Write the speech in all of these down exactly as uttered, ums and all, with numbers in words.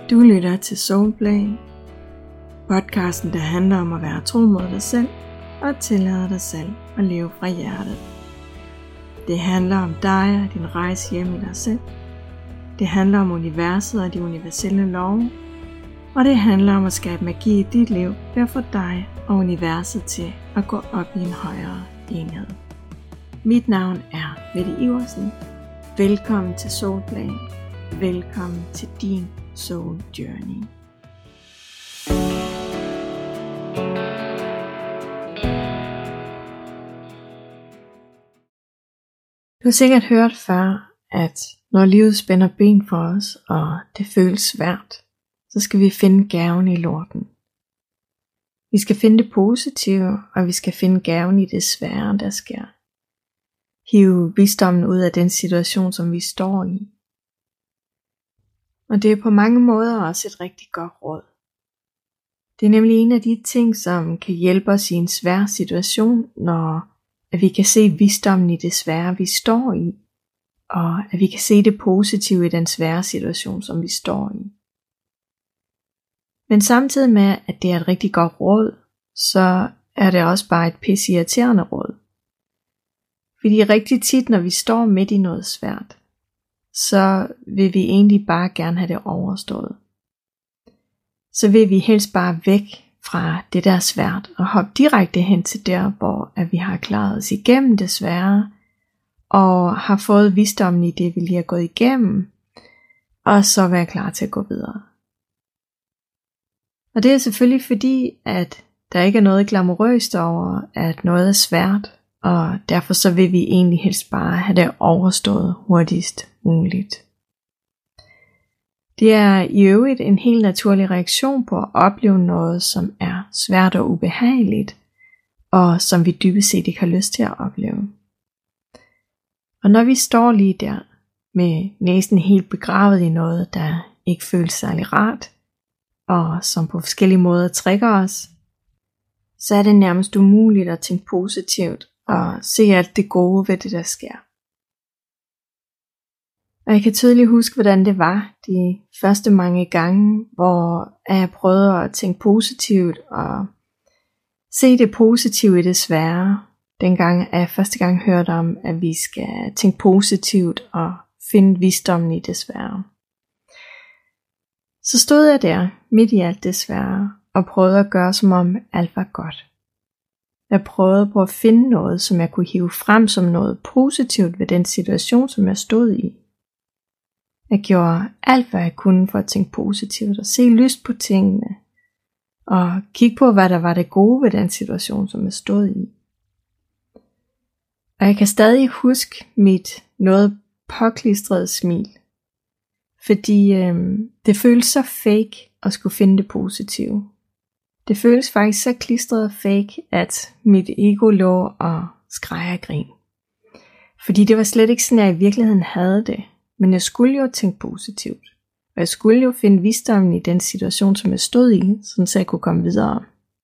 Du lytter til Soulplay, podcasten der handler om at være tro mod dig selv og tillade dig selv at leve fra hjertet. Det handler om dig og din rejse hjem i dig selv. Det handler om universet og de universelle love. Og det handler om at skabe magi i dit liv ved at få dig og universet til at gå op i en højere enhed. Mit navn er Mette Iversen. Velkommen til Soulplay. Velkommen til din Soul Journey. Du har sikkert hørt før, at når livet spænder ben for os, og det føles svært, så skal vi finde gaven i lorten. Vi skal finde det positive, og vi skal finde gaven i det svære, der sker. Hive visdommen ud af den situation, som vi står i. Og det er på mange måder også et rigtig godt råd. Det er nemlig en af de ting, som kan hjælpe os i en svær situation, når at vi kan se visdommen i det svære, vi står i, og at vi kan se det positive i den svære situation, som vi står i. Men samtidig med, at det er et rigtig godt råd, så er det også bare et pisse irriterende råd. Fordi rigtig tit, når vi står midt i noget svært, så vil vi egentlig bare gerne have det overstået. Så vil vi helst bare væk fra det der svært og hoppe direkte hen til der, hvor at vi har klaret os igennem det svære, og har fået visdommen i det, vi lige har gået igennem, og så være klar til at gå videre. Og det er selvfølgelig fordi, at der ikke er noget glamourøst over, at noget er svært, og derfor så vil vi egentlig helst bare have det overstået hurtigst muligt. Det er i øvrigt en helt naturlig reaktion på at opleve noget, som er svært og ubehageligt, og som vi dybest set ikke har lyst til at opleve. Og når vi står lige der, med næsten helt begravet i noget, der ikke føles særlig rart, og som på forskellige måder trigger os, så er det nærmest umuligt at tænke positivt og se alt det gode ved det, der sker. Og jeg kan tydeligt huske, hvordan det var de første mange gange, hvor jeg prøvede at tænke positivt og se det positive i det svære. Dengang jeg første gang hørte om, at vi skal tænke positivt og finde visdommen i det svære. Så stod jeg der midt i alt det svære og prøvede at gøre som om alt var godt. Jeg prøvede på at finde noget, som jeg kunne hive frem som noget positivt ved den situation, som jeg stod i. Jeg gjorde alt, hvad jeg kunne for at tænke positivt og se lyst på tingene. Og kigge på, hvad der var det gode ved den situation, som jeg stod i. Og jeg kan stadig huske mit noget påklistrede smil. Fordi øhm, det føles så fake at skulle finde det positive. Det føles faktisk så klistret og fake, at mit ego lå og skreg af grin. Fordi det var slet ikke sådan, jeg i virkeligheden havde det. Men jeg skulle jo tænke positivt. Og jeg skulle jo finde visdommen i den situation, som jeg stod i, sådan så jeg kunne komme videre.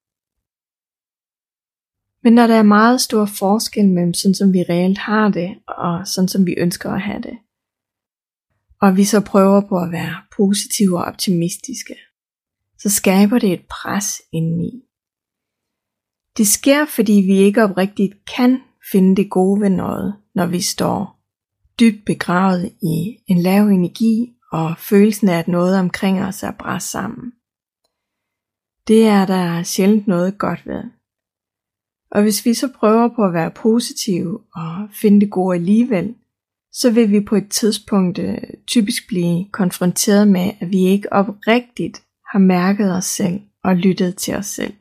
Men når der er meget stor forskel mellem sådan, som vi reelt har det, og sådan, som vi ønsker at have det, og vi så prøver på at være positive og optimistiske, så skaber det et pres indeni. Det sker, fordi vi ikke oprigtigt kan finde det gode ved noget, når vi står dybt begravet i en lav energi, og følelsen af, at noget omkring os er bræst sammen. Det er der sjældent noget godt ved. Og hvis vi så prøver på at være positive og finde det gode alligevel, så vil vi på et tidspunkt øh, typisk blive konfronteret med, at vi ikke oprigtigt har mærket os selv og lyttet til os selv.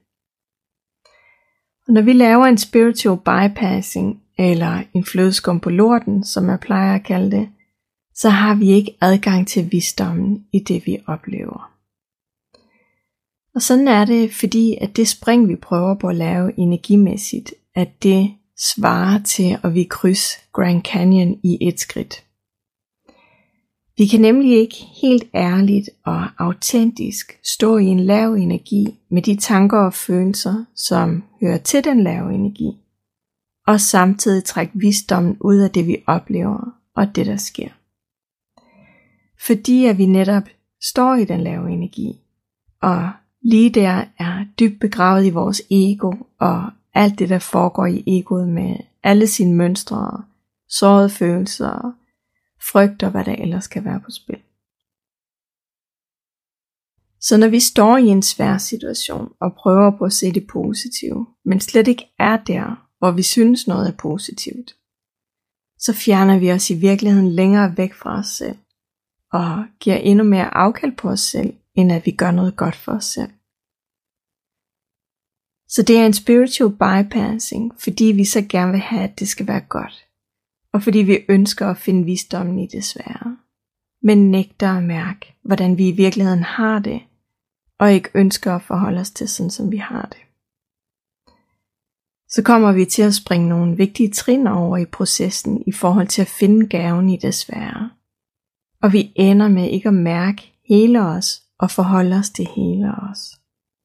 Og når vi laver en spiritual bypassing, eller en flødeskum på lorten, som jeg plejer at kalde det, så har vi ikke adgang til visdommen i det, vi oplever. Og sådan er det, fordi at det spring, vi prøver på at lave energimæssigt, at det svarer til, at vi krydser Grand Canyon i et skridt. Vi kan nemlig ikke helt ærligt og autentisk stå i en lav energi med de tanker og følelser, som hører til den lave energi, og samtidig trække visdommen ud af det, vi oplever og det, der sker. Fordi at vi netop står i den lave energi, og lige der er dybt begravet i vores ego, og alt det der foregår i egoet med alle sine mønstre, sårede følelser, frygt og hvad der ellers kan være på spil. Så når vi står i en svær situation og prøver på at se det positive, men slet ikke er der, hvor vi synes noget er positivt, så fjerner vi os i virkeligheden længere væk fra os selv, og giver endnu mere afkald på os selv, end at vi gør noget godt for os selv. Så det er en spiritual bypassing, fordi vi så gerne vil have, at det skal være godt, og fordi vi ønsker at finde visdommen i det svære, men nægter at mærke, hvordan vi i virkeligheden har det, og ikke ønsker at forholde os til sådan, som vi har det. Så kommer vi til at springe nogle vigtige trin over i processen i forhold til at finde gaven i det svære. Og vi ender med ikke at mærke hele os og forholde os til hele os.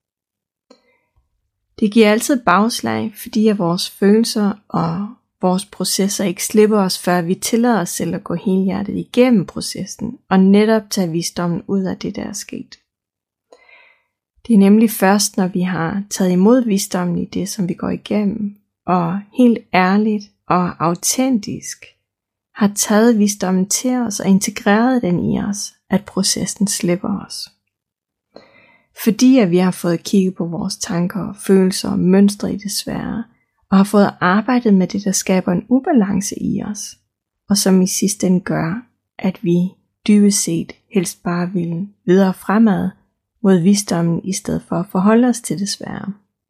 Det giver altid bagslag, fordi at vores følelser og vores processer ikke slipper os, før vi tillader os selv at gå helhjertet igennem processen og netop tage visdommen ud af det, der er sket. Det er nemlig først, når vi har taget imod visdommen i det, som vi går igennem, og helt ærligt og autentisk har taget visdommen til os og integreret den i os, at processen slipper os. Fordi at vi har fået kigget på vores tanker, følelser og mønstre i det svære, og har fået arbejdet med det, der skaber en ubalance i os, og som i sidste ende gør, at vi dybest set helst bare vil videre fremad mod visdommen i stedet for at forholde os til det svære.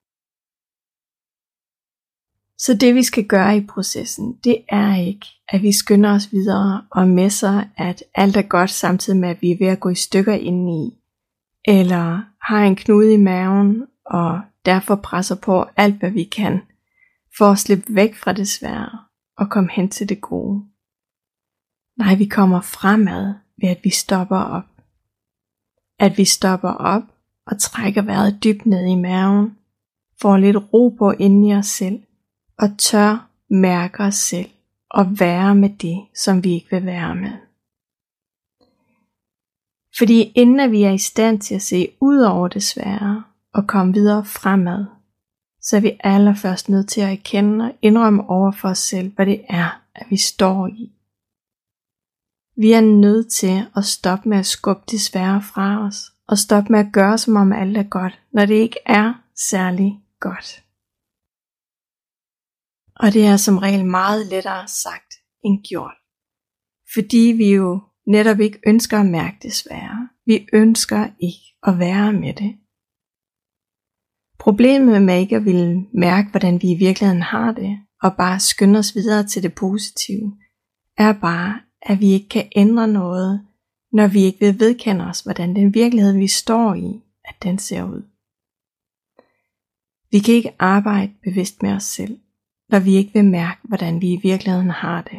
Så det vi skal gøre i processen, det er ikke, at vi skynder os videre og messer, at alt er godt samtidig med, at vi er ved at gå i stykker indeni, eller har en knude i maven og derfor presser på alt hvad vi kan, for at slippe væk fra det svære og komme hen til det gode. Nej, vi kommer fremad ved at vi stopper op. At vi stopper op og trækker vejret dybt ned i maven, får lidt ro på inde i os selv, og tør mærke os selv og være med det, som vi ikke vil være med. Fordi inden vi er i stand til at se ud over det svære og komme videre fremad, så er vi allerførst nødt til at erkende og indrømme over for os selv, hvad det er, at vi står i. Vi er nødt til at stoppe med at skubbe det svære fra os, og stoppe med at gøre som om alt er godt, når det ikke er særlig godt. Og det er som regel meget lettere sagt end gjort. Fordi vi jo netop ikke ønsker at mærke det svære. Vi ønsker ikke at være med det. Problemet med ikke at ville mærke, hvordan vi i virkeligheden har det, og bare skynde os videre til det positive, er bare, at vi ikke kan ændre noget, når vi ikke vil vedkende os, hvordan den virkelighed, vi står i, at den ser ud. Vi kan ikke arbejde bevidst med os selv, når vi ikke vil mærke, hvordan vi i virkeligheden har det.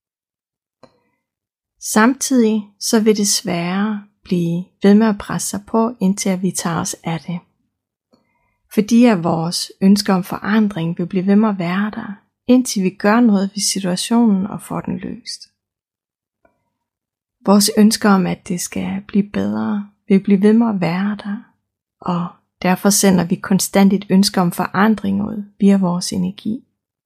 Samtidig så vil det svære blive ved med at presse sig på, indtil vi tager os af det. Fordi at vores ønsker om forandring vil blive ved med at være der, indtil vi gør noget ved situationen og får den løst. Vores ønsker om, at det skal blive bedre, vil blive ved med at være der, og derfor sender vi konstant et ønske om forandring ud via vores energi.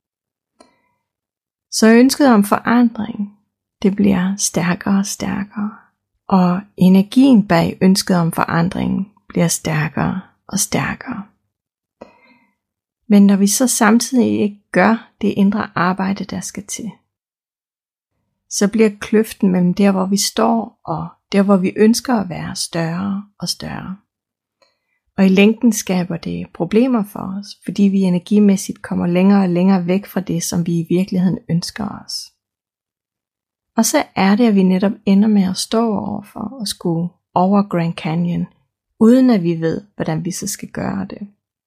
Så ønsket om forandring, det bliver stærkere og stærkere, og energien bag ønsket om forandring bliver stærkere og stærkere. Men når vi så samtidig ikke gør det indre arbejde, der skal til, så bliver kløften mellem der, hvor vi står, og der, hvor vi ønsker at være, større og større. Og i længden skaber det problemer for os, fordi vi energimæssigt kommer længere og længere væk fra det, som vi i virkeligheden ønsker os. Og så er det, at vi netop ender med at stå overfor og skulle over Grand Canyon, uden at vi ved, hvordan vi så skal gøre det.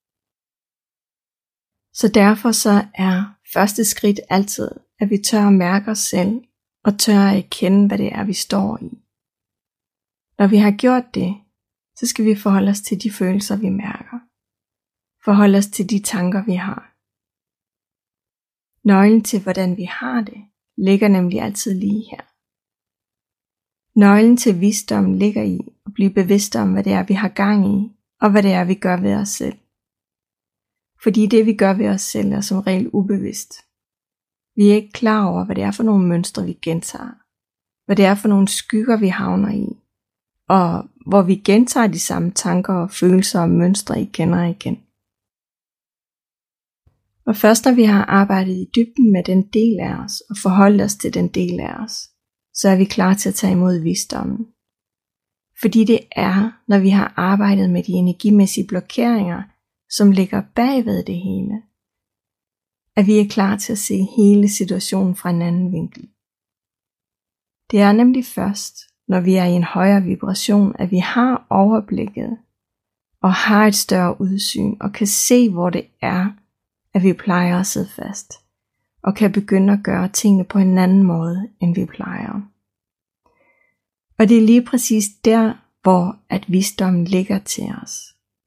Så derfor så er første skridt altid, at vi tør at mærke os selv, og tør at erkende, hvad det er, vi står i. Når vi har gjort det, så skal vi forholde os til de følelser, vi mærker. Forholde os til de tanker, vi har. Nøglen til, hvordan vi har det, ligger nemlig altid lige her. Nøglen til visdom ligger i at blive bevidste om, hvad det er, vi har gang i, og hvad det er, vi gør ved os selv. Fordi det, vi gør ved os selv, er som regel ubevidst. Vi er ikke klar over, hvad det er for nogle mønstre, vi gentager. Hvad det er for nogle skygger, vi havner i. Og hvor vi gentager de samme tanker og følelser og mønstre igen og igen. Og først når vi har arbejdet i dybden med den del af os, og forholdt os til den del af os, så er vi klar til at tage imod visdommen. Fordi det er, når vi har arbejdet med de energimæssige blokeringer, som ligger bagved det hele, at vi er klar til at se hele situationen fra en anden vinkel. Det er nemlig først, når vi er i en højere vibration, at vi har overblikket, og har et større udsyn, og kan se, hvor det er, at vi plejer at sidde fast, og kan begynde at gøre tingene på en anden måde, end vi plejer. Og det er lige præcis der, hvor at visdommen ligger til os.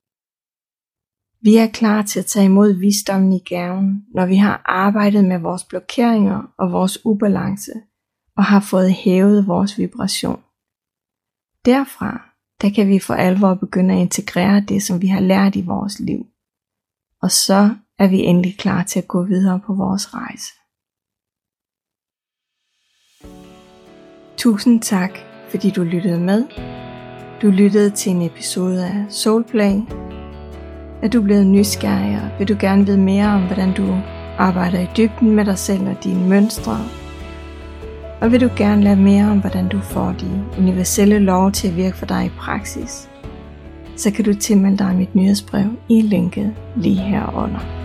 Vi er klar til at tage imod visdommen i gaven, når vi har arbejdet med vores blokeringer og vores ubalance, og har fået hævet vores vibration. Derfra, der kan vi for alvor begynde at integrere det, som vi har lært i vores liv. Og så er vi endelig klar til at gå videre på vores rejse. Tusind tak, fordi du lyttede med. Du lyttede til en episode af Soulplay. Er du blevet nysgerrig, og vil du gerne vide mere om, hvordan du arbejder i dybden med dig selv og dine mønstre? Og vil du gerne lære mere om, hvordan du får de universelle love til at virke for dig i praksis? Så kan du tilmelde dig mit nyhedsbrev i linket lige herunder.